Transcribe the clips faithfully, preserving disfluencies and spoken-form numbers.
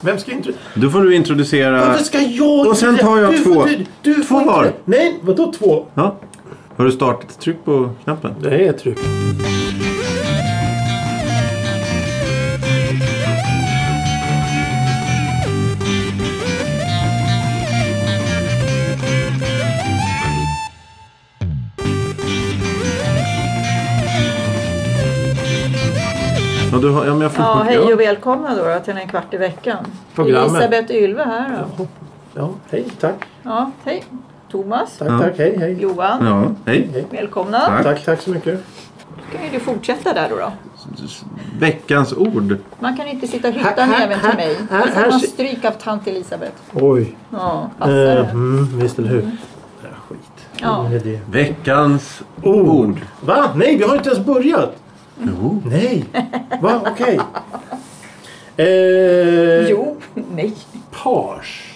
Vem ska introducera? Då får du introducera... Varför ska jag? Och sen tar jag du, två. Du, du, du två får var. Inte... Nej, vadå två? Ja. Har du startat? Tryck på knappen. Det är tryck. Ja, du har, ja, men jag får Ja, hej och välkomna då, då till en kvart i veckan. Programmet. Elisabeth Ylve här då. Ja, hej, tack. Ja, hej. Thomas. Tack, Ja. tack, hej, hej. Johan. Ja, hej. Hej. Välkomna. Tack. Tack, tack så mycket. Då kan ju du fortsätta där då. då. Veckans ord. Man kan inte sitta och hytta Här- här- näven till mig. här- Här får här- man stryk av tant Elisabeth. Oj. Ja, passar Eh, det. mm, visst eller hur? Ja, skit. Ja. Vad är det? Veckans Ord. ord. Va? Nej, vi har inte ens börjat. Jo. Nej. Va? Okej. Eh, Jo, nej. Page.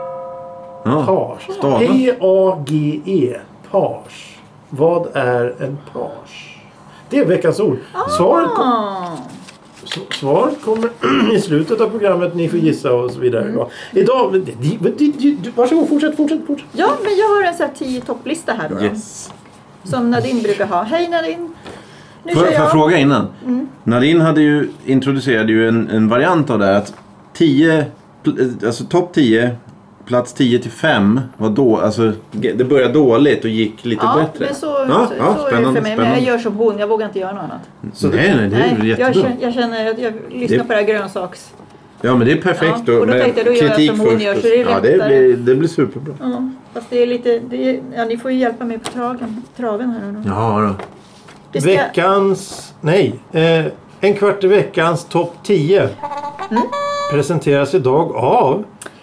Ja. Page. Stava. P A G E. Page. Vad är en page? Det är veckans ord. Svaret, kom, Ah. s- svaret kommer i slutet av programmet. Ni får gissa och så vidare. Mm. Idag... men det- det- det- det- Varsågod, fortsätt, fortsätt, fortsätt. Ja, men jag har en sån här tio topplista här då. då. Yes. Som Nadine brukar ha. Hej Nadine. Nu Får kör får jag jag. fråga innan? Nadine hade ju, introducerade ju en, en variant av det här. Att tio, pl- alltså topp tio, plats tio till fem var då, alltså det började dåligt och gick lite Ja, bättre. men så, ja, så, ja, så är det för mig. Men jag spännande. gör som hon. Jag vågar inte göra något annat. Så det- nej, nej, det är väl jag jättebra. känner, jag känner att jag lyssnar Det- på det här grönsaks... Ja, men det är perfekt. Ja, och då med tänkte jag, då gör jag kritik som hon först gör, och- så det är Ja, det lättare. blir, det blir superbra. Ja, fast det är lite... Det är, ja, ni får ju hjälpa mig på traven, traven här nu. Ja, då. Det ska, Veckans... Nej. Eh, en kvart i veckans topp tio. Mm. Presenteras idag av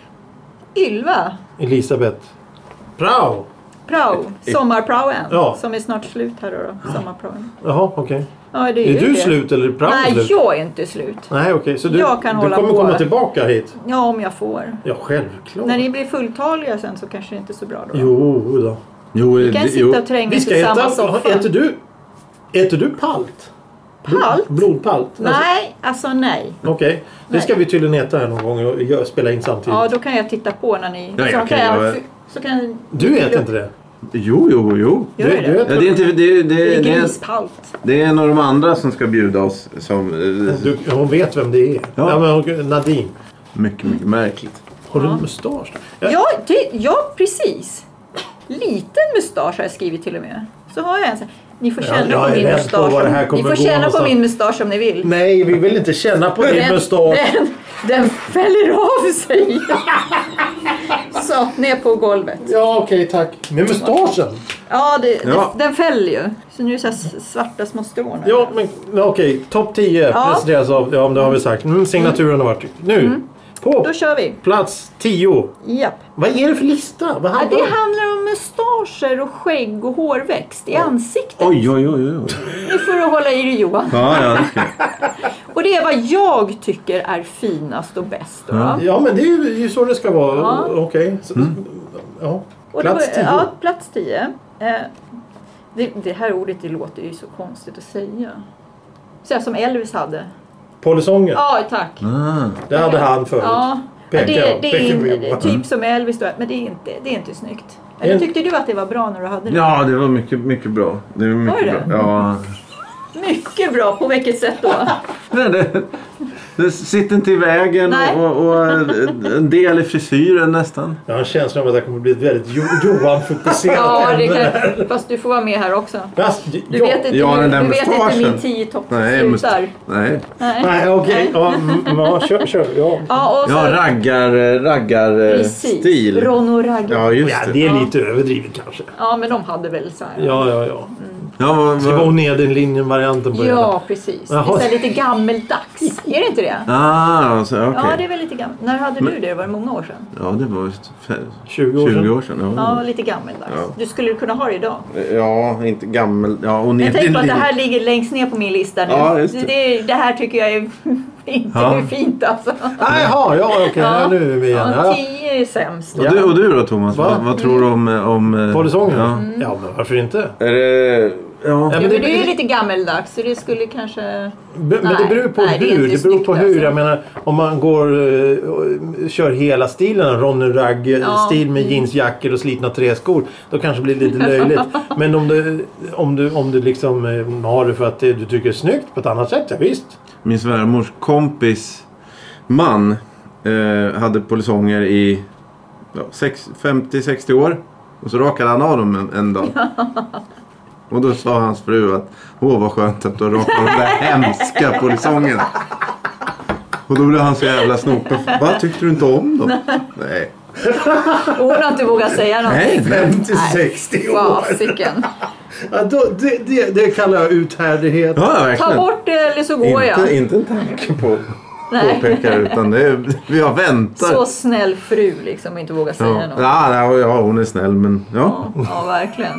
Ylva. Elisabeth Prao. Prao. Sommarpraoen. Ja. Som är snart slut här då. då. Sommarpraoen. Jaha, okej. Ja, det är, Är ju du det. slut eller är Prao Nej, slut? jag är inte slut. Nej, okej. Så du, Jag kan du hålla kommer på. komma tillbaka hit? Ja, om jag får. Ja, självklart. När ni blir fulltaliga sen så kanske det inte är så bra då. Jo då. Jo, Vi kan det- sitta jo. och tränga Vi ska till samma äta... soffa. Äter du... Äter du palt? Palt? Blodpalt? Nej, alltså nej. Okej. Det Nej. ska vi tydligen äta här någon gång och gö- spela in samtidigt. Ja, då kan jag titta på när ni... Ja, så, jag kan kan jag, göra- så kan Du äter inte det? Jo, jo, jo. Gör du, det? du äter... Ja, det, är inte, det, det, Det det, är det, är, grispalt. det är en av de andra som ska bjuda oss som... eh, Du, hon vet vem det är. Ja. Ja, men hon- Nadine. Mycket, mycket märkligt. Har du Ja. mustasch? Ja. Ja, det, ja, precis. Liten mustasch har jag skrivit till och med. Så har jag en sån. Ni får Ja, känna jag på är min rädd på mustasch. var det här om- kommer Ni får gå känna på någonstans. min mustasch om ni vill. Nej, vi vill inte känna på din Den, mustasch. den, den fäller av sig. Så, ner på golvet. Ja, okej, tack. Med mustaschen? Ja, det, Ja. det, den fäller ju. Så nu är det så här s- svarta små strån. här. Ja, men ja, okej. Topp tio Ja. presenteras av... Ja, det har vi sagt. Mm, signaturen har varit. Nu. På Då kör vi. plats tio. Japp. Vad är det för lista? Vad Ja, handlar det om? handlar om mustascher och skägg och hårväxt i ansiktet. Oj, oj, oj, oj. Nu får du hålla i dig, Johan. Ja, ja, det ska jag. Och det är vad jag tycker är finast och bäst. Då, Ja. Ja, men det är ju det är ju så det ska vara. Ja. Okej. Så- Ja. Och det Plats var- tio. Ja, plats tio. Eh, det, det här ordet det låter ju så konstigt att säga. Så här som Elvis hade. Polisongen. Ja, tack. Ah. Det hade han förut. Ja, Pekar det, jag. det, Pekar är vi in, Johan. typ som Elvis då, men det är inte, det är inte snyggt. Eller En- tyckte du att det var bra när du hade det? Ja, det var mycket, mycket bra. Det var mycket Var det? bra. Ja. Mycket bra, på vilket sätt då? Nej, det, det sitter inte i vägen Nej. och, och en del i frisyren nästan. Jag har en känsla av att det kommer bli ett väldigt jo- Johan-fokuserat Ja, det ämne. kan, fast du får vara med här också. Fast, Du ja. vet inte, Ja, den där du vet inte mustaschen. min tio topp Nej, slutar. must- nej. Nej. Nej, okej. Ja, mm, ja, kör, kör. Ja. Ja, och så, Ja, raggar, raggar eh, precis. stil. Ron och Raggar. Ja, just Ja, det. det är Ja. lite överdrivet kanske. Ja, men de hade väl så här. Ja, ja, ja. Ja, vad, Ska vara vad, ner den linjen-varianten på det. Ja, precis. Det är Jaha. så här lite gammeldags. Är det inte det? ah, alltså, okej. Ja, det är väl lite gammalt. När hade du det? Det var många år sedan. Ja, det var fe- tjugo år sedan. tjugo år sedan. Ja, Ja, lite gammeldags. Ja. Du skulle kunna ha det idag. ja inte gammel. Ja, och ner Jag tänker till på att det lin- här ligger längst ner på min lista nu. Ja, just det. Det, det här tycker jag är inte Ja. fint alltså. Nej, jaha, ja, okej. Ja. Nu är vi igen. Ja, Ja. tio är sämst. Och du, och du då Thomas? Va? Vad, vad tror du om... om Polisongen? Ja. Ja. ja, men varför inte? Är det Ja. Ja, men men det, det- är ju lite gammeldags så det skulle kanske... Men Nej, det beror på nej, det är hur. inte Det beror på snyggt, hur. alltså. Jag menar, om man går uh, och kör hela stilen, Ronny Ragg-stil Ja. med jeansjackor och slitna träskor, då kanske det blir lite löjligt. Men om du, om du, om du liksom uh, har det för att det, du tycker det är snyggt på ett annat sätt, ja visst. Min svärmors kompis man eh, hade polisonger i ja, femtio sextio år. Och så rakade han av dem en, en dag. Och då sa hans fru att åh vad skönt att du har rakat de där hemska polisongerna. Och då blev han så jävla snopig. Vad tyckte du inte om dem? Nej. Och hon har inte vågat säga någonting. Nej, femtio till sextio år. Fasiken. Ja, då, det, det, det kallar jag uthärdighet. Ja, Ta verkligen. bort det eller så går jag. Inte, inte en tanke på Nej. påpekar utan det är, vi har väntar. Så snäll fru liksom inte vågar säga ja. något. Ja, ja, ja, hon är snäll men ja. Ja, ja, verkligen.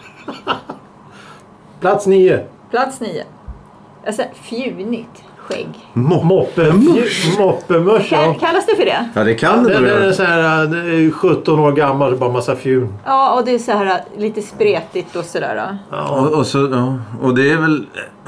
Plats nio. Plats nio. Alltså, fjunigt skägg. Moppe, moppemörs. Kan, Ja. kallas det för det? Ja, det kan det Den nog är göra. så här, det är sjutton år gammal, det är bara massa fjun. Ja, och det är så här lite spretigt och sådär. Ja. Och, och, så, ja. och det är väl... Ja,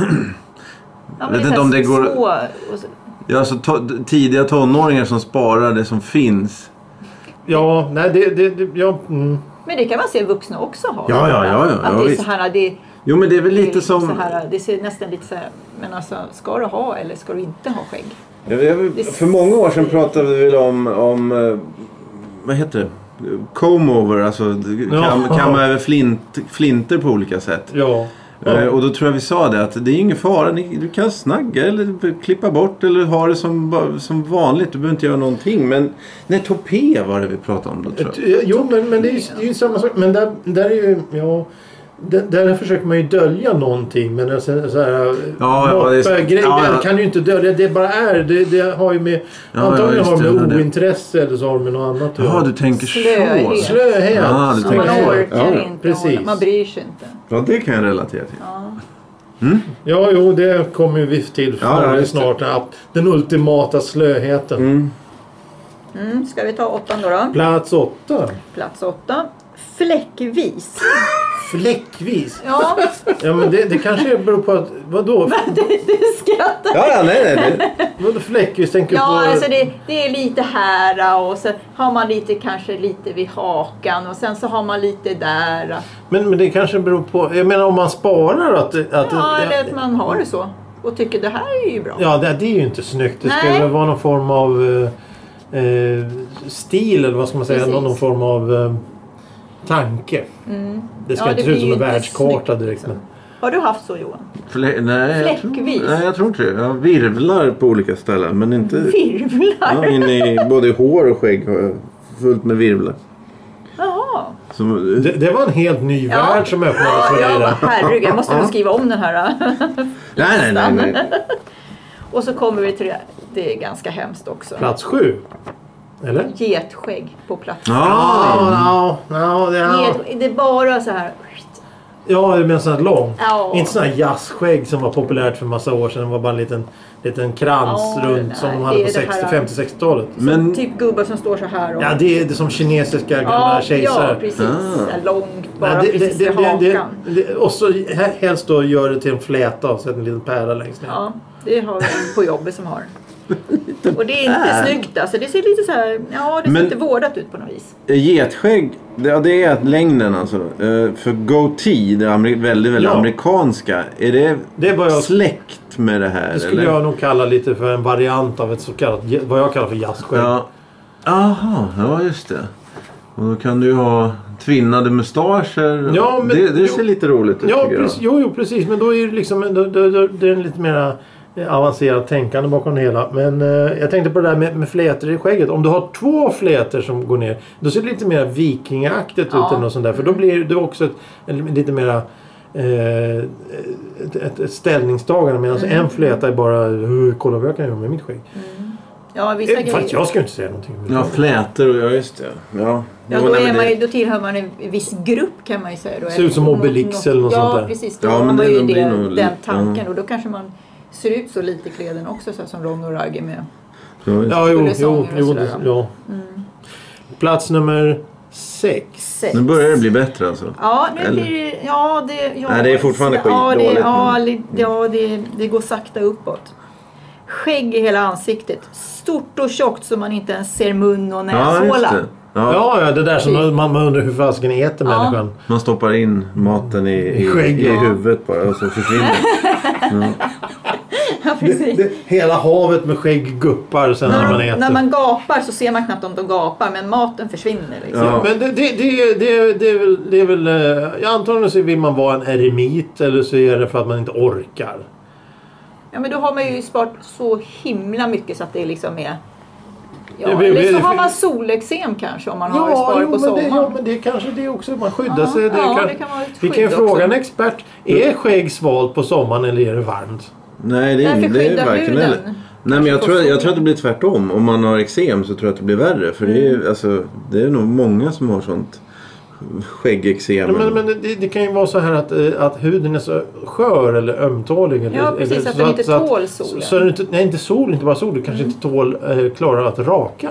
Jag men vet är inte så om här det går- Så, och så, Ja, så to, tidiga tonåringar som sparar det som finns. Ja, nej det... det, det ja, mm. men det kan man se vuxna också ha. Ja, ja, ja, ja, Att ja, det är visst. så här, det, Jo, men det är väl det är lite liksom som... så här, det ser nästan lite så här, men alltså, ska du ha eller ska du inte ha skägg? Jag, jag, för många år sedan pratade vi väl om, om eh, vad heter det? Comb-over, alltså kam, Ja. kamma över flint, flinter på olika sätt. Ja. Eh, Ja. och då tror jag vi sa det att det är ingen fara, Ni- du kan snagga eller klippa bort eller ha det som, ba- som vanligt, du behöver inte göra någonting. Men nej, topé var det vi pratade om då tror jag. Ett- Jo, men, men det är ju, det är ju samma sak. Men där, där är ju... Ja, där, där försöker man ju dölja någonting. Men alltså, så här... Ja, ja, det är- moppe- grej, ja, ja. det kan ju inte dölja. Det bara är. Det, det har ju med... Ja, antagligen ja, har just det det, med det. ointresse eller så har det med något annat att Jaha, göra. du tänker så. Slöhet. Slöhet. Ja, du Så tänker man så. orkar Ja, inte precis. hålla, man bryr sig inte. Ja, det kan jag relatera till. Ja. Ja, jo, det kommer ju vi till Ja, ja, ja, just det. snart. Ja, den ultimata slöheten. Mm. Mm, ska vi ta åttan då, då? Plats åtta. Plats åtta. Fläckvis. Fläckvis. Ja, Ja, men det, det kanske beror på att... Vadå? det, det skrattar. Ja, ja, nej, nej. Det, Vadå fläckvis? Tänker Ja, på... alltså det, det är lite här och så har man lite kanske lite vid hakan och sen så har man lite där. Men, men det kanske beror på... Jag menar om man sparar att... att Ja, eller att man har det så och tycker det här är ju bra. Ja, det, det är ju inte snyggt. Det ska Nej. väl vara någon form av eh, eh, stil eller vad ska man säga? Precis. Någon, någon form av eh, tanke. Mm. Det ska Ja, inte det se ut blir som ju en inte världskarta snyggt, direkt. Men... Har du haft så, Johan? Flä, nej, jag tror, Fläckvis. nej, jag tror inte det. Jag virvlar på olika ställen, men inte... Virvlar? Ja, in i både hår och skägg har jag fullt med virvlar. Jaha. Som, Det, det var en helt ny Ja. värld som öppnades för dig Ja, där. herregud, jag måste nog skriva om den här. nej, nej, nej, nej. Och så kommer vi till det, det är ganska hemskt också. Plats sju. Eller? Getskägg på plats. Ja, Ja, ja, ja. Get, det är bara så här. Ja, det menar sån här lång. Ja. Inte sån här jazzskägg som var populärt för massa år sedan. Det var bara en liten, liten krans Ja, runt nej, som de det hade är på det sextio, här- femtio, sextiotalet. men... Typ gubbar som står så här. Och, Ja, det är det som kinesiska gamla ja, kejsare. ja, precis. Ah. Så här långt, bara Nej, det, precis det, vid det, det, hakan. det, det, och så he- helst då gör det till en fläta och sätter en liten pärla längst ner. Ja, det har vi på jobbet som har. Och det är inte snyggt alltså. Det ser lite så här, ja det ser Men- inte vårdat ut på något vis. Getskägg, det, ja, det är att längden alltså. Eh, för goatee, det amer- väldigt, väldigt Ja. amerikanska. Är det, Det är vad jag- släkt med det här? Det skulle eller? jag nog kalla lite för en variant av ett så kallat, vad jag kallar för jazzskägg. Ja. Aha, ja just det. Och då kan du ju ha tvinnade mustascher. Ja, men- det, det jo. ser lite roligt ut Ja, tycker jag. precis, jo, jo, precis. Men då är det liksom då, då, då, det är en lite mer avancerat tänkande bakom det hela. Men eh, jag tänkte på det där med, med flätor i skägget. Om du har två flätor som går ner, då ser det lite mer vikingaktigt Ja. ut eller något sånt där. För då blir det också ett, en, lite mera eh, ett, ett, ett ställningstagande. Medan Mm. en fläta är bara "Uh, kolla vad jag kan göra med mitt skägg. Ja, vissa Eh, Fast grejer. jag ska inte säga någonting. Ja, flätor, ja just det. Ja, Ja, Jo, då, nej, är men man det- ju, då tillhör man en viss grupp kan man ju säga. Då. Ser ut som Obelix eller något ja, sånt där. Ja, precis. Då Ja, har men man det ju blir det, nog den lite- tanken. ja. Och då kanske man ser ut så lite i kläderna också så här, som Ron och Ragge med. Ja, just det. Ja, jo, Skulle jo, sånger och jo sådär. det, ja. Plats nummer Sex. Sex. Nu börjar det bli bättre alltså. Ja, nu Eller? blir det... Ja, det... Ja, Nej, det är fortfarande skit. Ja, det, Dåligt. ja, li- ja det, det går sakta uppåt. Skägg i hela ansiktet. Stort och tjockt så man inte ens ser mun och Ja, just näshåla. det. Ja. Ja, ja, det där som man, man undrar hur fasken äter Ja. människan. Man stoppar in maten i, i, Skägg, i ja. huvudet bara och så försvinner det. Ja, Det, precis. det, hela havet med skägg guppar sen när man När, äter. när man gapar så ser man knappt om de gapar, men maten försvinner liksom. Ja. Men det, det, det, det, det, är väl, det är väl... eh, Jag antagligen så vill man vara en eremit eller så är det för att man inte orkar. Ja, men då har man ju sparat så himla mycket så att det liksom är... Ja, Det blir- eller så det- har man solexem kanske om man har Ja, sparat jo, på men det, sommaren. ja, men det kanske det också. Man skyddar Ja, sig. Det ja, kan, det kan vara ett vi kan ju skydd fråga också. en expert. Är skägg svalt på sommaren eller är det varmt? Nej, det är, Därför det är skyddar varken huden. eller. Nej, men jag tror, jag tror att det blir tvärtom. Om man har eksem så tror jag att det blir värre. För det är, alltså, det är nog många som har sånt skäggeksem. Ja, men men det, det kan ju vara så här att, eh, att huden är så skör eller ömtålig. Eller, Ja, precis, eller, att den inte tål solen. Så, så den inte, nej, inte sol, inte bara sol. Du kanske inte tål, eh, klarar att raka.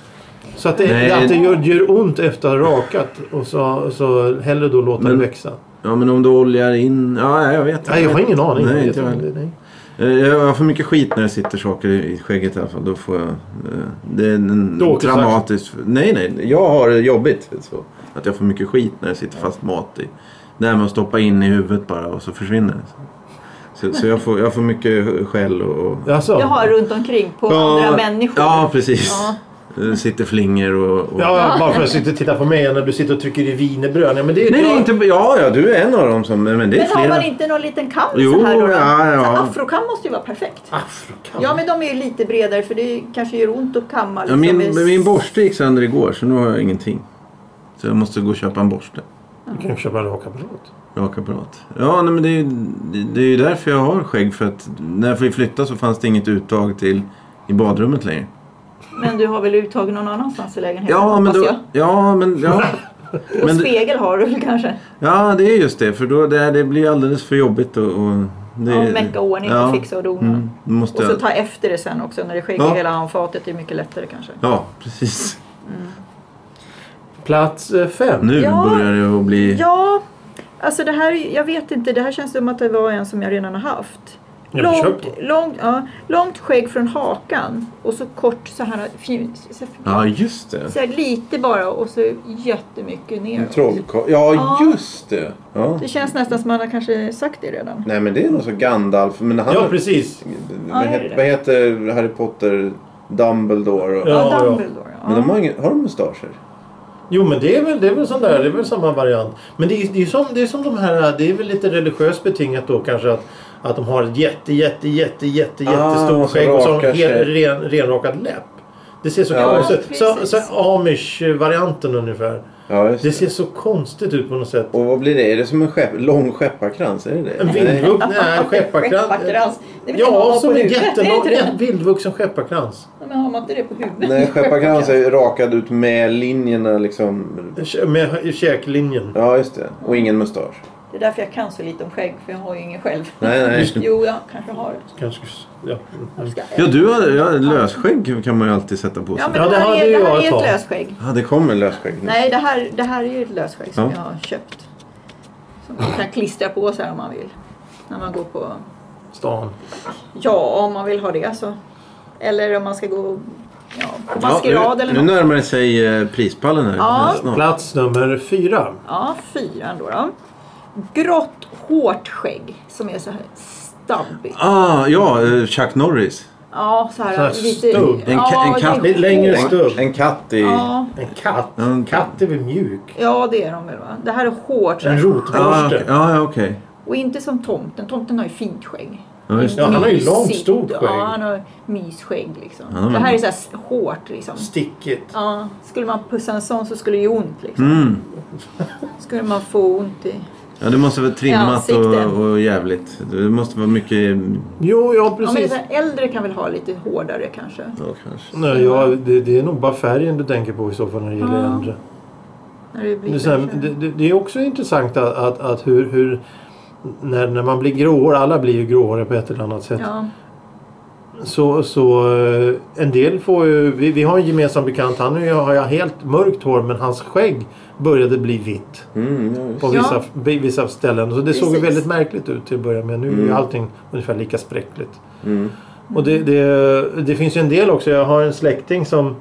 Så att det, Nej. att det gör, gör ont efter att ha rakat. Och så, så hellre då låta Men- det växa. Ja, men om du oljar in... Ja, jag vet inte. Nej, jag har ingen aning. Nej, Jag inte vet jag inte, nej. Eh, Jag har för mycket skit när det sitter saker i skägget i alla fall. Då får jag... eh, Det är en Då åker dramatisk... Nej, nej. Jag har det jobbigt. Så. Att jag får mycket skit när det sitter fast mat i. När man stoppar in i huvudet bara och så försvinner det. Så, så jag, får, jag får mycket skäll och... och Alltså, Jag har runt omkring på andra människor. Ja, precis. Ja. Det sitter flingor och... och... ja, bara för att sitta och titta på mig när du sitter och trycker i wienerbröd. Nej, men det, Nej, jag, nej, inte... Ja, ja, du är en av dem som... Men det är Men har flera. man inte någon liten kam Jo, så här då? då? ja, ja. Så afrokam måste ju vara perfekt. Afrokam. Ja, men de är ju lite bredare för det kanske gör ont att kamma. Ja, Liksom, min, med- min borste gick sönder igår så nu har jag ingenting. Så jag måste gå och köpa en borste. Du kan ju köpa en rakapparat. Rakapparat. Ja, nej, men det är, ju, det, det är ju därför jag har skägg. För att när vi flyttade så fanns det inget uttag till i badrummet längre. Men du har väl uttag någon annanstans i lägenheten, Ja, men hoppas då, jag. ja, men ja. Och men det- spegel har du väl kanske? Ja, det är just det. För då det, det blir alldeles för jobbigt och, och det, Ja, mecka ordning och fixa och dona. Mm, då måste Och så jag, ta efter det sen också när det skägger Ja. hela handfatet. Det är mycket lättare kanske. ja, precis. Plats eh, fem. Nu Ja. börjar det att bli... Ja, alltså det här, jag vet inte, det här känns som att det var en som jag redan har haft. Ja, men köp Långt, då. långt, ja, långt skägg från hakan och så kort så här, fju- så, Ja, just det. så här lite bara och så jättemycket ner. Trollkarl. Ja, Ja. just det. Ja. Det känns nästan som man har kanske sagt det redan. Nej, men det är nog så Gandalf. Men han, Ja, precis. vad, Ja, det är heter, det. vad heter Harry Potter? Dumbledore och... Ja, Ja, ja. Dumbledore. Ja. Men de har, ingen, har de mustascher? Jo, men det är väl, det är väl sån där, det är väl samma variant. Men det är, det är, som, det är som de här, det är väl lite religiöst betingat då kanske att, att de har jätte, jätte, jätte, jätte, Ah, jättestor så skägg och så har rakar de helt sig. ren, renrakad läpp. Det ser så Ja, konstigt så, precis. så Amish-varianten ungefär. Ja, just Det det. ser så konstigt ut på något sätt. Och vad blir det? Är det som en skepp, lång skepparkrans? Är det det? En vildvuxen, nej, skepparkrans. Skepparkrans. Det är väl det man Ja, har som på en huvudet, är det jättelång, inte det? en vildvuxen skepparkrans. Ja, men har man inte det på huvudet? Nej, skepparkrans är rakad ut med linjerna liksom. Med käklinjen. Ja, just det. Och ingen mustasch. Det är därför jag kan så lite om skägg, för jag har ju ingen själv. Nej, nej. Jo, jag kanske har det. Kanske, ja. Jag ska- Ja, du har ja, lösskägg kan man ju alltid sätta på sig. Ja, men Ja, det det här hade är, ju det här jag är ett ett tag. lösskägg. Ja, det kommer lösskägg nu. Nej, det här, det här är ju ett lösskägg som Ja. jag har köpt. Som man kan klistra på sig om man vill. När man går på... Stan. Ja, om man vill ha det så. Eller om man ska gå ja, på Ja, maskerad nu, eller nu något. närmar det sig eh, prispallen här. Ja. Snart. Plats nummer fyra. Ja, fyran då, då. Grått, hårt skägg som är så här stabbigt. Ah, ja, eh, Chuck Norris. Ja, så här, Så här lite... stubb. En ka- en katt- det är Lite längre hårt. stubb. En katt i... Ja, En katt. Ja, en Katt är väl mjuk? ja, det är de väl va? Det här är hårt. så En här. Ja, rotborste. okej. ja, ja, okej. Och inte som tomten. Tomten har ju fint skägg. Ja, just Ja, det. han har ju Mysigt. långt, stort skägg. Ja, han har mysskägg liksom. Ja, men- Det här är så här hårt liksom. Stickigt. Ja, skulle man pussa en sån så skulle det ju ont liksom. Mm. Skulle man få ont i... Ja, det måste vara trimmat Ansikte. och, och jävligt. Det måste vara mycket... Jo, ja Ja, men det är precis. så här, äldre kan väl ha lite hårdare kanske. Ja, kanske. Nej, ja, det, det är nog bara färgen du tänker på i så fall när det gäller Ja. äldre. När det blir Det är, så här, kanske- det, det, det är också intressant att, att, att hur, hur när, när man blir gråhårig, alla blir ju gråhåriga på ett eller annat sätt. Ja, Så, så en del får ju... Vi, vi har en gemensam bekant. Han har ju helt mörkt hår, men hans skägg började bli vitt. Mm, ja, på vissa, ja. vissa ställen. Så det Precis. såg ju väldigt märkligt ut till att börja med. Nu mm. är ju allting ungefär lika spräckligt. Mm. Och det, det, det finns ju en del också. Jag har en släkting som...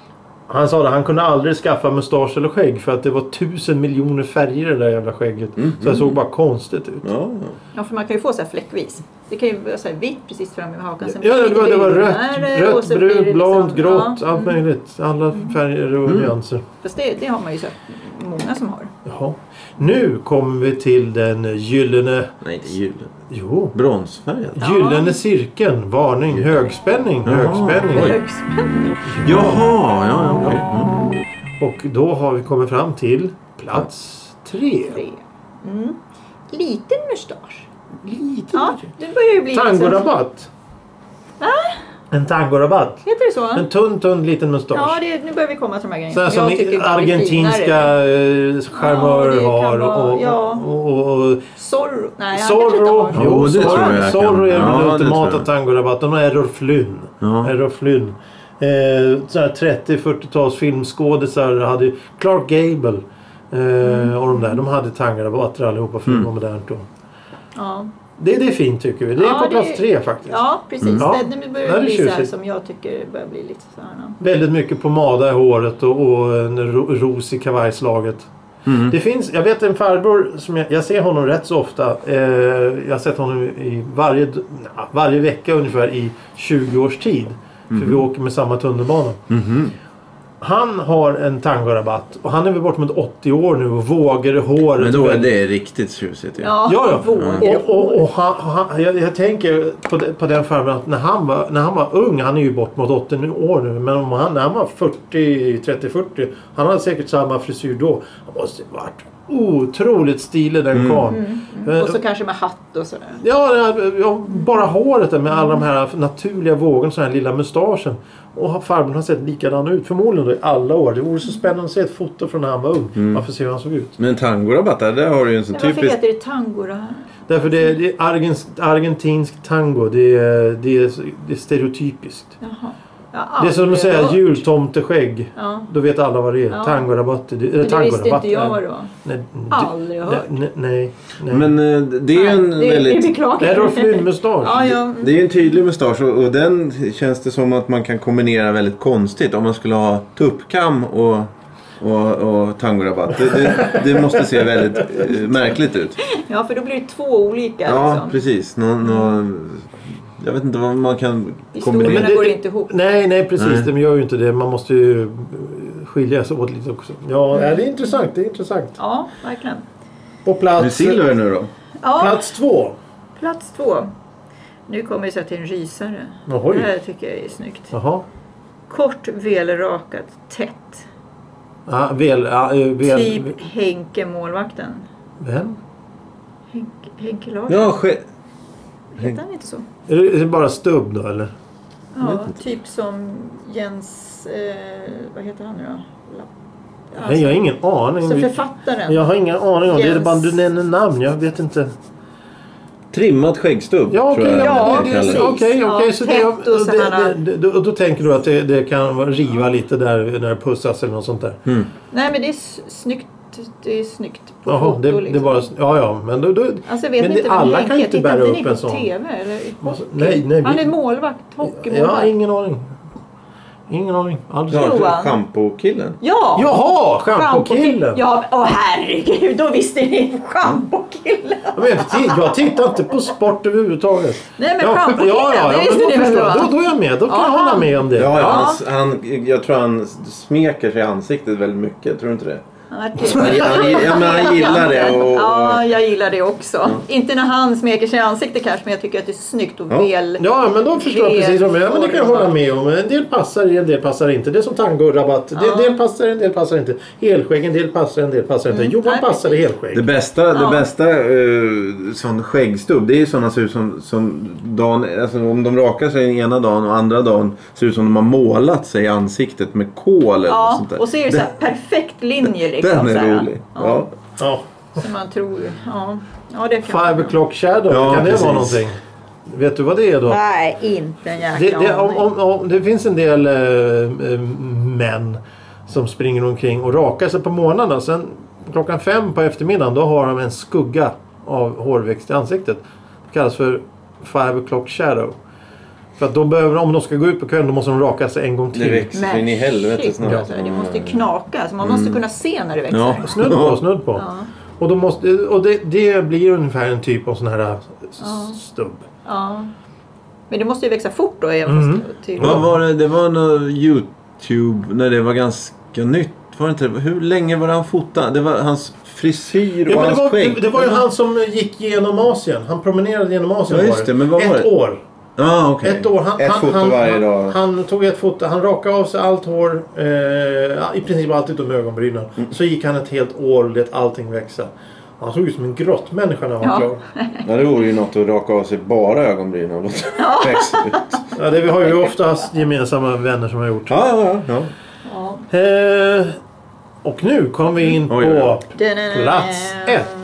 Han sa att han kunde aldrig skaffa mustasch eller skägg för att det var tusen miljoner färger i det där jävla skägget. Mm. Så det såg bara konstigt ut. Ja, ja för man kan ju få så här fläckvis. Det kan ju vara så här vitt precis fram i hakan. Sen ja, det var, det var rött, rött brunt, blont, liksom, grått, ja. allt möjligt. Alla färger och mm. nyanser. Fast det, det har man ju så många som har. Jaha. Nu kommer vi till den gyllene... Nej, inte gyllene. Jo. Bronsfärgen. Ja. Gyllene cirkeln. Varning. Högspänning. Jaha. Högspänning. Högspänning. Jaha, ja, okej. Okay. Mm. Och då har vi kommit fram till plats tre. tre. Mm. Liten mustasch. Liten ja, det börjar ju bli tangorabatt. Va? En tangorabatt. Heter det så? En tunn, tunn liten mustasch. Ja, det, nu börjar vi komma till de här grejerna. Så som argentinska charmörer ja, har. Vara, och, ja. och, och, och Zorro. Nej, Zorro. Han Jo, det tror jag. Zorro är väl ja, ultimata tangorabatten. Och Errol Flynn. Ja. Errol Flynn. Eh, sådär trettio-fyrtio-tals filmskådisar hade ju Clark Gable. Eh, mm. Och de där. De hade tangorabatter allihopa för mm. modernt då. Ja. Det, det är fint tycker vi. Det är ja, på plats det, tre faktiskt. Ja, precis. Mm. Ja. Det, det börjar bli så här som jag tycker börjar bli lite så här. Väldigt mycket pomada i håret och, och en ro, ros i kavajslaget. Mm. Det finns, jag vet en farbror som jag, jag ser honom rätt så ofta. Eh, jag har sett honom i varje, varje vecka ungefär i tjugo års tid. Mm. För vi åker med samma tunnelbana. Mm. Han har en tangorabatt och han är väl bort med åttio år nu och vågar i håret. Men då är det riktigt tjusigt. Ja, ja. ja. ja. Och, och, och han, han, jag, jag tänker på, de, på den farmen att när han, var, när han var ung, han är ju bort mot åttio år nu, men om han, när han var fyrtio, trettio fyrtio, han hade säkert samma frisyr då. Han måste ha varit otroligt stilig den mm. karln. Mm, mm. Och så kanske med hatt och sådär. Ja, ja bara håret där med alla de här naturliga vågorna, så här lilla mustaschen. Och farbrorn har sett likadan ut förmodligen då i alla år. Det vore så spännande att se ett foto från när han var ung. Mm. Man får se hur han såg ut. Men tangorabatt, där har du ju en sån typisk... Varför heter det tangora? Därför det är, det är argens, argentinsk tango. Det är, det är, det är stereotypiskt. Jaha. Det är som att säga jultomteskägg. Ja. Då vet alla vad det är. Ja. Tangorabatt. Det, det, det visste inte jag då. Nej, aldrig hört. Nej, nej, nej. Men det är ju en det, väldigt... Det är Rolf Lund-mustasch. Ja, ja. Det är ju en tydlig mustasch och, och den känns det som att man kan kombinera väldigt konstigt. Om man skulle ha tuppkam och... Och, och tangorabatt. Det, det, det måste se väldigt eh, märkligt ut. Ja, för då blir det två olika. Ja, liksom. precis. Nå, nå, jag vet inte vad man kan kombinera. Men det går inte ihop. Nej, nej precis. Nej. De gör ju inte det. Man måste ju skilja sig åt lite också. Ja, mm. det är intressant. Det är intressant. Ja, verkligen. På plats... Det är silver nu då? Ja. Plats två. Plats två. Nu kommer vi så till en rysare. Ohoj. Det här tycker jag är snyggt. Jaha. Kort, velrakat, tätt. Ja, väl, ja, väl, typ Henke målvakten. Vem? Henke, Henke Larsson. Ja, ske... Heter han inte så? Är det, är det bara stubb då eller? Ja, typ som Jens... Eh, vad heter han nu då? Alltså, nej, jag har ingen aning. Så författaren. Jag har ingen aning om Jens... det. Är det bara du nämner namn? Jag vet inte. Trimmat skäggstubb. Ja, okej. Okay, ja, precis. Okej, okej. Ja, så det, det, det, det, och då tänker du att det, det kan riva lite där när det pussas eller något sånt där. Mm. Nej, men det är snyggt. Det är snyggt på Jaha, foto. Det, liksom. det bara, ja, ja. Men, då, då, alltså, vet men inte det, alla kan ju inte bära upp en sån. T V eller hockey? Nej, nej. Han är målvakt, hockeymålvakt. Ja, ingen aning. Ingen aning. Ja, shampoo-killen. Ja! Jaha, shampoo-killen. Ja, åh herregud, då visste ni shampoo-killen. Jag, jag tittar inte på sport överhuvudtaget. Nej, men ja, shampoo-killen, ja, ja, det ja, visste ni väl då? Då, då är jag med, då kan ja, jag hålla med om det. Ja, ja. Han, han, jag tror han smeker sig i ansiktet väldigt mycket, tror du inte det? Han, ja, men han gillar det. Och, och... Ja, jag gillar det också. Ja. Inte när han smeker sig i ansiktet kanske, men jag tycker att det är snyggt och ja. väl... Ja, men då förstår jag precis vad jag men det kan jag hålla med om. En del passar, en del passar inte. Det är som tangorabatt. Ja. En del passar, en del passar inte. Helskägg, en del passar, en del passar inte. Mm. Johan passar i helskägg. Det bästa, ja. det bästa uh, sån skäggstubb, det är ju sådana ser ut som, som dagen, alltså om de rakar sig ena dagen och andra dagen ser ut som de har målat sig i ansiktet med kol eller ja, sånt där. och så är det så här perfekt linje liksom. Den är så här. rolig. Ja. Ja. Som man tror. Ja, ja det kan Five o'clock shadow, ja, kan det precis. vara någonting? Vet du vad det är då? Nej, inte en Det, jäkla det, om, aning. om, om, det finns en del eh, eh, män som springer omkring och rakar sig på morgnarna. Sen klockan fem på eftermiddagen då har de en skugga av hårväxt i ansiktet. Det kallas för five o'clock shadow. För att då behöver, om de ska gå ut på kvällen då måste de raka sig en gång till. Det växer in i helvete shit, snart. alltså, det måste ju knaka. Så man måste Mm. kunna se när det växer. Ja. Snudd på, snudd på. Ja. Och, då måste, och det, det blir ungefär en typ av sån här s- Ja. stubb. Ja. Men det måste ju växa fort då. Även Mm. fast till... Vad var det? Det var någon YouTube när det var ganska nytt. Var det inte? Hur länge var det han fotade? Det var hans frisyr och Ja, men det, hans var, skägg. det, det var ju han som gick genom Asien. Han promenerade genom Asien. Ja, var just det, men vad var ett det? år. Ah, okay. Ett år. Han, Ett han, foto han, varje han, dag. Han tog ett foto. Han rakade av sig allt hår. Eh, i princip allt utom ögonbrynen. Mm. Så gick han ett helt år och lät allting växa. Han såg ut som en grottmänniska när han var Ja. klar. Ja, det vore ju något att raka av sig bara ögonbrynen och låta växa ut. Ja, det vi har ju oftast gemensamma vänner som har gjort. Ja, ja, ja. Ja. Eh, och nu kommer vi in på Oj, oj, oj. plats ett.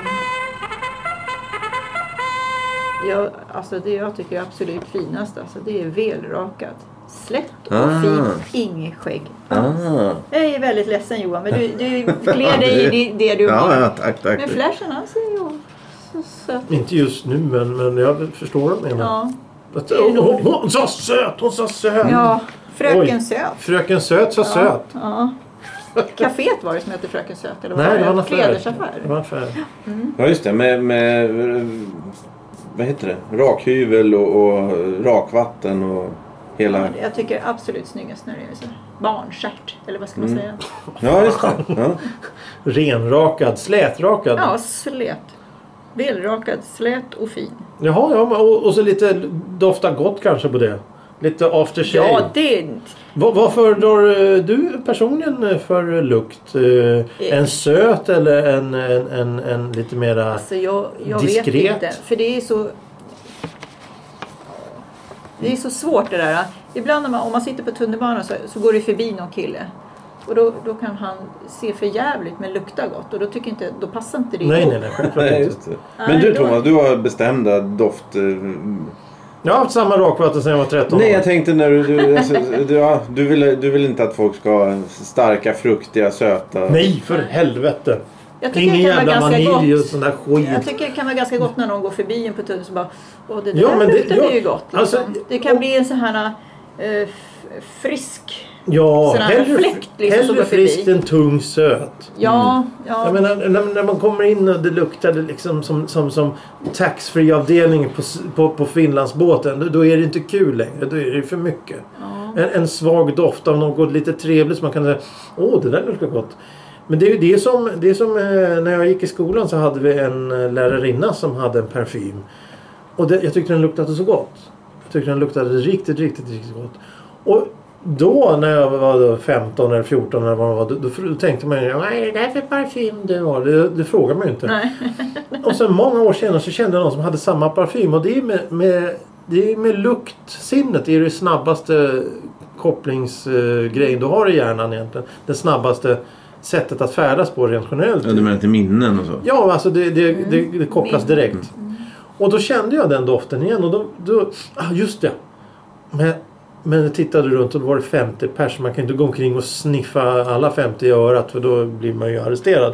Ja, alltså det jag tycker är absolut finast alltså, det är välrakat. Slätt och Ah. fint. Inget skägg. Ah. Jag är väldigt ledsen Johan, men du, du klär dig i det, det du Ja, har. ja, tack, tack. Men Flashen han ser ju så söt. Inte just nu men, men jag förstår vad du menar. Ja. Att- Hon, hon, hon sa söt! Hon sa söt! ja, Fröken Oj. Söt. Fröken Söt sa söt. Ja. Caféet var det som hette Fröken Söt? Eller vad Nej, det var en det? affär. Klädesaffär. Det var en affär. Ja, just det. Med, med vad heter det? Rakhyvel och, och rakvatten och hela... Ja, jag tycker absolut snyggast när det är så barnstjärt. Eller vad ska man Mm. säga? Ja, just det. Ja. Renrakad, slätrakad. Ja, slät. Välrakad, slät och fin. Jaha, ja, och, och så lite dofta gott kanske på det. Lite aftershave. Ja, det... Vad, vad föredrar eh, du personligen för lukt? Eh, en söt eller en, en, en, en lite mera... Alltså jag, jag Diskret. vet inte. För det är så... Det är så svårt det där. Ibland när man, om man sitter på tunnelbanan så, så går det förbi någon kille. Och då, då kan han se för jävligt men lukta gott. Och då tycker inte, då passar inte det Nej, ihop. nej, nej. Självklart Nej, inte. just det. Men Nej, du då- Thomas, du har bestämda doft... eh, Jag har haft samma rakvatten sedan jag var tretton Nej, år. jag tänkte när du... Du, alltså, du, ja, du, vill, du vill inte att folk ska ha starka, fruktiga, söta... Nej, för helvete. Jag tycker Ingen det kan vara jävla ganska vanilj och gott. sån där skit. Jag tycker det kan vara ganska gott när någon går förbi en på tunneln så bara åh det där Ja, men det- luktar ja, ju gott. Liksom. alltså, det kan och- bli en sån här eh, f- frisk. Ja, sån här hellre, fläkt liksom som hellre går förbi. friskt än tung söt. Ja, ja. Jag menar, när, när man kommer in och det luktade liksom som, som, som taxfree-avdelning på, s- på, på Finlandsbåten. Då, då är det inte kul längre. Då är det för mycket. ja. En, en svag doft av något lite trevligt som man kan säga åh, det där luktar gott. Men det är ju det som, det är som eh, när jag gick i skolan så hade vi en eh, lärarinna som hade en parfym. Och det, jag tyckte den luktade så gott. Jag tyckte den luktade riktigt, riktigt, riktigt gott. Och då när jag var då femton eller fjorton eller vad det var, då, då, då tänkte man ju, vad är det där för parfym du har? Det, det frågar man ju inte. Nej. Och sen många år senare så kände jag någon som hade samma parfym. Och det är med, med, det är med luktsinnet. Det är det snabbaste kopplingsgrejen du har i hjärnan egentligen. Det snabbaste sättet att färdas på rent generellt. Ja, du menar till minnen och så? Ja, alltså det, det, det, det kopplas Min- direkt. Och då kände jag den doften igen. Och då, då ah, just det. Men, men jag tittade runt och då var det femtio pers. Man kan inte gå omkring och sniffa alla femtio i örat. För då blir man ju arresterad.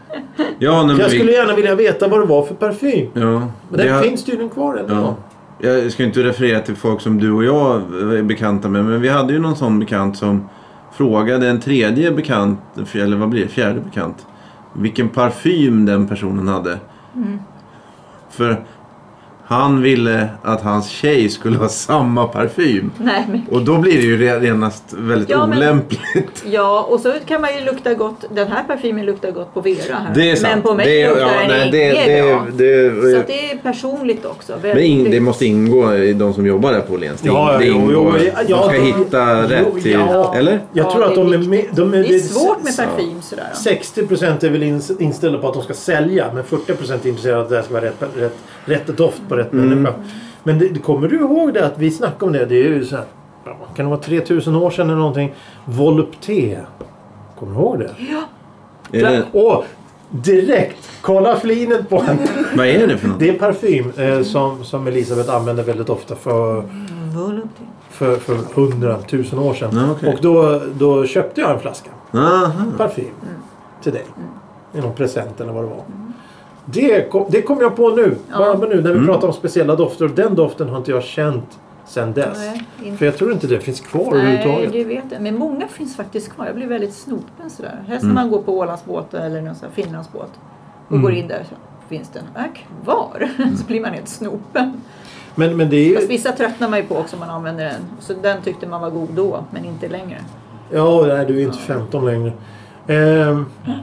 Ja, nej, Så men jag vi- skulle gärna vilja veta vad det var för parfym. Ja. Men Det den har- finns tydligen kvar än. Ja. Jag ska inte referera till folk som du och jag är bekanta med. Men vi hade ju någon sån bekant som frågade en tredje bekant, eller vad blir det, fjärde bekant, vilken parfym den personen hade. Mm. För han ville att hans tjej skulle ha samma parfym. Nej, men, Och då blir det ju re- renast väldigt Ja, men- olämpligt. ja, och så kan man ju lukta gott. Den här parfymen luktar gott på Vera här. Det är sant. Men på mig det är, luktar ja, den nej, det, inget det, bra. det, Så att det är personligt också. Men Väldigt. in, det måste ingå i de som jobbar där på Åhléns. Det, Ja, det jo, ingår. jo, ja, de ska ja, hitta jo, rätt till... ja. Eller? Jag Ja, tror att det är de är viktigt. med, de är, Det är svårt med så- parfym sådär. då. sextio procent är väl ins- inställda på att de ska sälja. Men fyrtio procent är intresserade av att det här ska vara rätt, rätt, rätt doft på rätt Mm. människa. Men det, det, kommer du ihåg det att vi snackade om det? Det är ju så här, kan det vara tre tusen år sedan eller någonting? Volupté. Kommer du ihåg det? Ja, Är det Åh, direkt. Kolla flinet på henne. Vad är det för något? Det är parfym eh, som, som Elisabeth använder väldigt ofta för, för, för hundratusen år sedan. Ja, okay. Och då, då köpte jag en flaska. Aha. Parfym till dig. I någon present eller vad det var. Det kom, det kom jag på nu. Ja. Bara nu när vi Mm. pratar om speciella dofter. Och den doften har inte jag känt sedan dess. Nej, inte. För jag tror inte det finns kvar Nej, överhuvudtaget. det vet jag. Men många finns faktiskt kvar. Jag blir väldigt snopen sådär. Helst Mm. när man går på Ålandsbåt eller någon sån här Finlandsbåt. Och Mm. går in där så finns den är kvar. Så blir man helt snopen. Men, men det är ju... Fast vissa tröttnar man ju på också om man använder den. Så den tyckte man var god då, men inte längre. Ja, nej, du är inte femton längre. Ehm,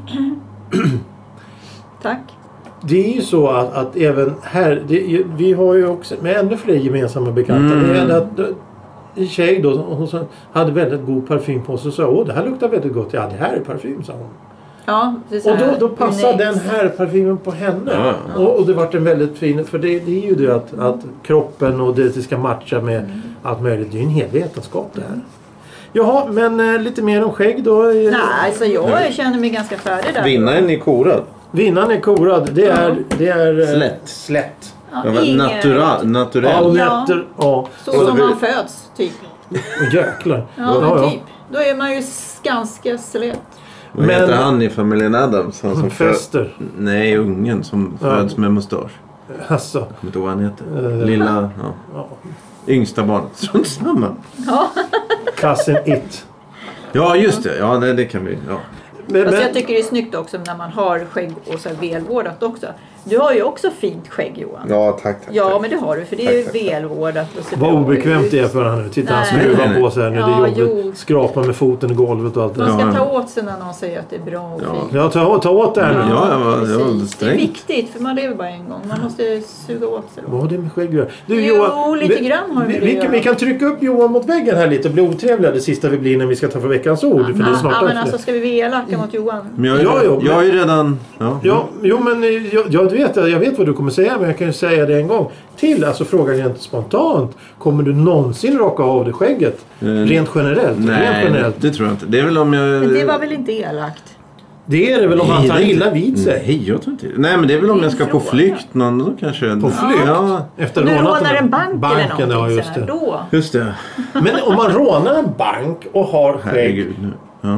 Tack. det är ju så att, att även här... Det, vi har ju också med ännu fler gemensamma bekanta. Mm. Det är att en tjej då, hon så, hade väldigt god parfym på sig och sa åh, det här luktar väldigt gott. Ja, det här är parfym, sa hon. Ja, det är så Och då, här då passar unikt. den här parfymen på henne. Ja, ja. Och, och det vart en väldigt fin... För det, det är ju det att, att kroppen och det, det ska matcha med Mm. allt möjligt. Det är ju en hel vetenskap det här. Jaha, men eh, lite mer om skägg då. Nej, alltså jag känner mig ganska färdig där. Vinnaren är korad. Vinnaren är korad. Det är... Det är eh, Slätt. Slätt. Ja, Ja, men ingen- natura, Ja, och naturell. Ja. nätter. Ja. Så Och som vi- man föds, typ. Och jäklar. Ja, men typ. Då är man ju s- ganska slät. Vad Men- heter han i familjen Adams? Han som föds... Fester. Nej, ungen som Ja. föds med mustasch. Alltså. Jag kommer inte ihåg vad han heter. Eh. Lilla, ja. Ja. Yngsta barnet. Strunt samma. Ja. Cousin It. Ja, just det. Ja, det, det kan vi. Ja. Men, Fast men, jag tycker det är snyggt också när man har skägg och så här välvårdat också. Du har ju också fint skägg, Johan. Ja, tack, tack. Ja, men det har du, för det är ju Tack, tack, tack. välvårdat. Och ser vad bra obekvämt ut. det är för honom nu. Titta, han Nej. skruvar Nej, nej. på sig här nu. Ja, det är jobbigt. jo. Skrapa med foten i golvet och allt det Man där. ska Ja. ta åt sig när någon säger att det är bra och Ja. fint. Ja, ta, ta åt det här nu. Ja, jag var- jag var precis. Det är strängt. viktigt, för man lever bara en gång. Man måste suga åt sig Vad då. har det med skägg att göra? Du, Jo, Johan, lite vi, grann har det vi, med vi, det kan, att vi göra. kan trycka upp Johan mot väggen här lite och bli otrevliga det sista vi blir när vi ska ta för veckans ord. För det är Ja, snart ja, men dags. alltså ska vi bli elaka mot Johan? Men jag, är, Ja, jo, jag men- är ju redan... Ja. Ja, jo men jag, jag, vet, jag vet vad du kommer säga, men jag kan ju säga det en gång till. Alltså frågan rent spontant. Kommer du någonsin raka av det skägget? Mm. Rent generellt? Rent Nej, generellt. det tror jag inte. Det är väl om jag... Men det var väl inte elakt? Det är det väl om han Nej, tar det är illa inte- vid sig. Nej, jag tror inte Nej, men det är väl om jag ska på Fråga. flykt någon, då kanske... På flykt? Ja, Efter Om du rånat rånar en bank banken, eller ja, någonting just sådär, det. då... just det. Men om man rånar en bank och har skägg. Herregud nu. Ja.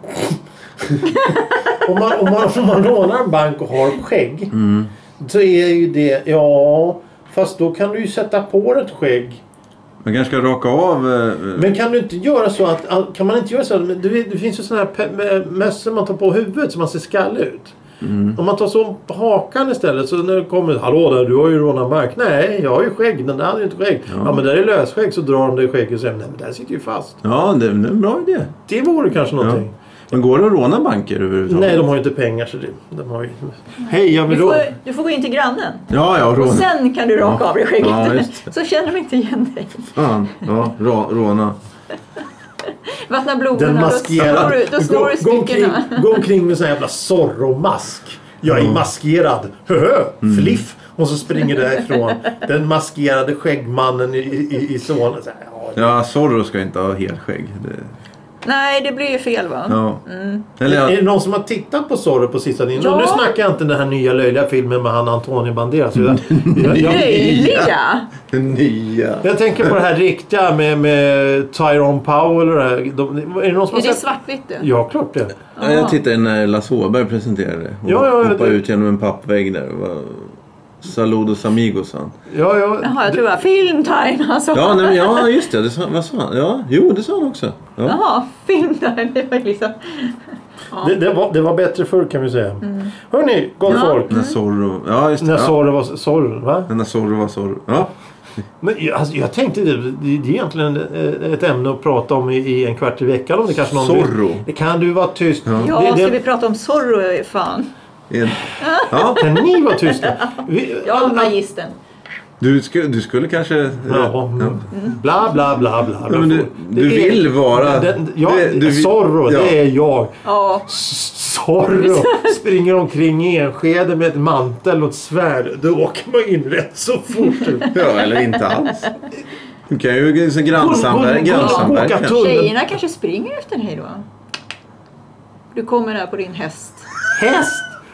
Om man, om, man, om man rånar en bank och har skägg. Mm. Så är ju det, ja. Fast då kan du ju sätta på ett skägg. Man kanske ska raka av... eh, Men kan du inte göra så att, att kan man inte göra så att, det, det finns ju sådana här pe- mössor man tar på huvudet så man ser skall ut. Mm. Om man tar så på hakan istället så när det kommer, hallå där, du har ju rånat bank. Nej, jag har ju skägg, den där hade ju inte skägg. Ja, Ja. men där är lösskägg, så drar de det i skägg och säger, nej men där sitter ju fast. Ja, det, det är en bra idé. Det vore kanske någonting. Men går det att råna banker överhuvudtaget? Nej, de har ju inte pengar så det, de har ju... Hej, jag Du vill får, råna. du får gå in till grannen. Ja, ja, Och råna. sen kan du raka Ja. av dig skägget. Ja, just Så känner de inte igen dig. Fan. Ja, rå, råna. Vattna Den blommorna, då maskerad. snor du, då snor du Gå- gå omkring, styckena. gå omkring med sån här jävla Zorro-mask. Jag är maskerad. Höhö, fliff. Och så springer därifrån. Den maskerade skäggmannen i, i, i sonen. Så här, ja, Ja, Zorro ska inte ha helskägg. Det, Nej, det blir ju fel va? ja. Mm. Eller Är ja, det någon som har tittat på Zorro på sista tiden? Ja. Nu snackar jag inte den här nya löjliga filmen med han Antonio Banderas. Jag, jag, jag, Löjliga! den nya. jag tänker på det här riktiga med, med Tyrone Powell och det här. De, är det någon som Är har det sett? svartvitt det? Ja, klart det. Ja, jag tittade när Lasse Åberg presenterade det. Och Ja, ja, hoppade det- ut genom en pappvägg där. Och var... Saludos amigos, sa han. Ja, ja, Jaha, jag tror det var filmtime alltså. Ja, nej, men, ja, just det. det sa, vad sa han? Ja, jo, det sa han också. Ja. Jaha, filmtime. Det var liksom... Ja. det, det, var, det var bättre förr kan vi säga. Mm. Hörrni, gott Ja. folk. När Zorro... Ja, just det. När Ja. Zorro var Zorro, va? När Zorro var Zorro. Ja. Men jag, alltså, jag tänkte det, det, det är egentligen eh, ett ämne att prata om i, i en kvart i veckan. Om det kanske någon Zorro. vill. Det kan du vara tyst. Ja. Ja, det, ska det, vi prata om Zorro? Fan. En... Ja. Kan ni vara tysta? Vi, Ja, alla- magistern. Du, skulle, du skulle kanske... Ja, mm. Bla bla bla bla. Ja, men du, du Det är- vill vara... Den, ja, det, du vill- Zorro, ja. det är jag. Ja. Zorro springer omkring i Enskede med ett mantel och ett svärd. Då åker man in rätt så fort. Ja, eller inte alls. Du kan ju så grannsamver- Åka grannsamverkan. tunnel. Tjejerna kanske springer efter dig då? Du kommer där på din häst. Häst!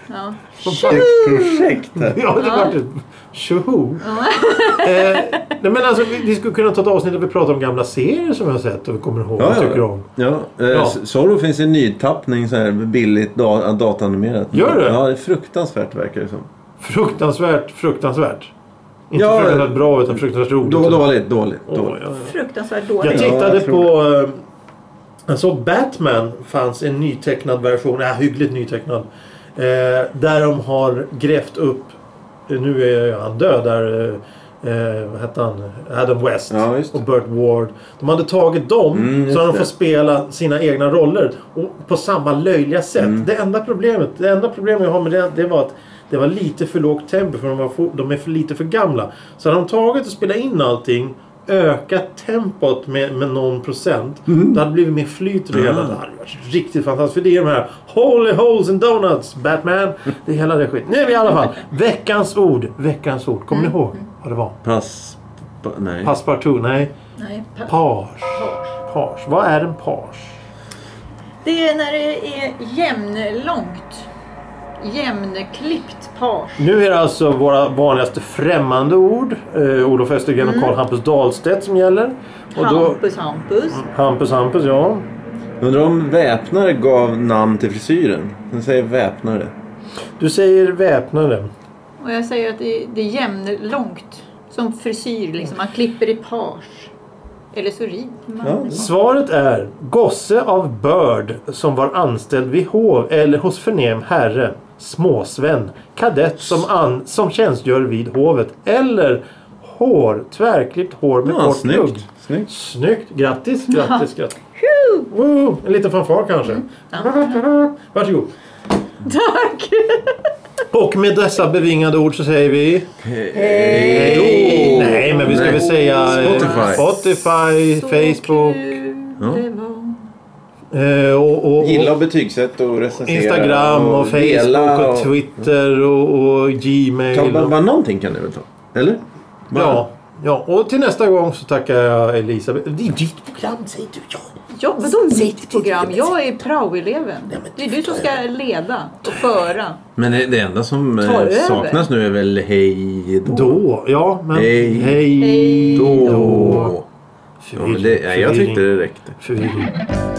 Ja. Projekt här. Ja, det var det. Tjoho! eh, nej, men alltså, vi, vi skulle kunna ta ett avsnitt där vi pratar om gamla serier som vi har sett och vi kommer ihåg Ja, och ja. tycker om. Ja, eh, Ja. Zorro finns en nytappning så här billigt da- datanimerat. Gör det? Ja, det är fruktansvärt verkar det som. Fruktansvärt, fruktansvärt. Inte Ja, fruktansvärt bra utan fruktansvärt roligt. Då, dåligt, dåligt. Åh, dåligt. ja, ja. Fruktansvärt dåligt. Jag tittade Ja, jag tror på... Eh, jag såg Batman fanns en nytecknad version, ja, hyggligt nytecknad. Eh, där de har grävt upp, eh, nu är han död där, eh, vad hette han? Adam West Ja, just det. och Burt Ward. De hade tagit dem Mm, just så att de det. får spela sina egna roller och på samma löjliga sätt. Mm. Det enda problemet, det enda problemet jag har med det, det var att det var lite för lågt tempo för de, var för, de är för lite för gamla. Så hade de tagit och spelat in allting, ökat tempot med, med någon procent. Mm. Det hade blivit mer flyt i det Mm. hela. Det hade varit riktigt fantastiskt. För det är de här Holy Holes and Donuts, Batman. Det är hela det skit. Nu i alla fall. Veckans ord. Veckans ord. Kommer ni ihåg vad det var? Pass... Pa, nej. Passepartout. Nej. Nej, pa- Page. page. Page. Vad är en page? Det är när det är jämnlångt. Jämnklippt page. Nu är det alltså våra vanligaste främmande ord. Eh, Olof Östergren och Karl Hampus Dahlstedt som gäller. Och då, Hampus Hampus. Hampus Hampus, ja. Undrar om väpnare gav namn till frisyren. Den säger väpnare. Du säger väpnare. Och jag säger att det är, det är jämnlångt. Som frisyr liksom. Man klipper i page. Eller så rider man. Ja. Svaret är gosse av börd som var anställd vid hov eller hos förnäm herre, småsvän, kadett som, an, som tjänstgör vid hovet eller hår, tvärklippt hår med Ja, kort lugg. snyggt. Snyggt. Snyggt, grattis, grattis, grattis. Woo! En liten fanfar kanske. Varsågod. Tack! Och med dessa bevingade ord så säger vi Hej då! Nej, men vi ska Nej. väl säga eh, Spotify. Spotify, Så Facebook. kul Ja. det var. Eh, och, och, Gilla och och betygsätt och recensera. Instagram och, dela Facebook och Twitter och, och Gmail. Ta bara, Och, bara någonting kan du väl ta? Eller? Bara. ja, ja, och till nästa gång så tackar jag Elisabeth. Det är ditt program, säger du. Ja. Ja, vadå mitt program? Jag är praoeleven. Det är du som ska leda och föra. Men det, det enda som Ta eh, över. saknas nu är väl hej då. Då, ja. Men Hej hej Hej då. då. Ja, men det, nej, jag tyckte det räckte. Förvirring.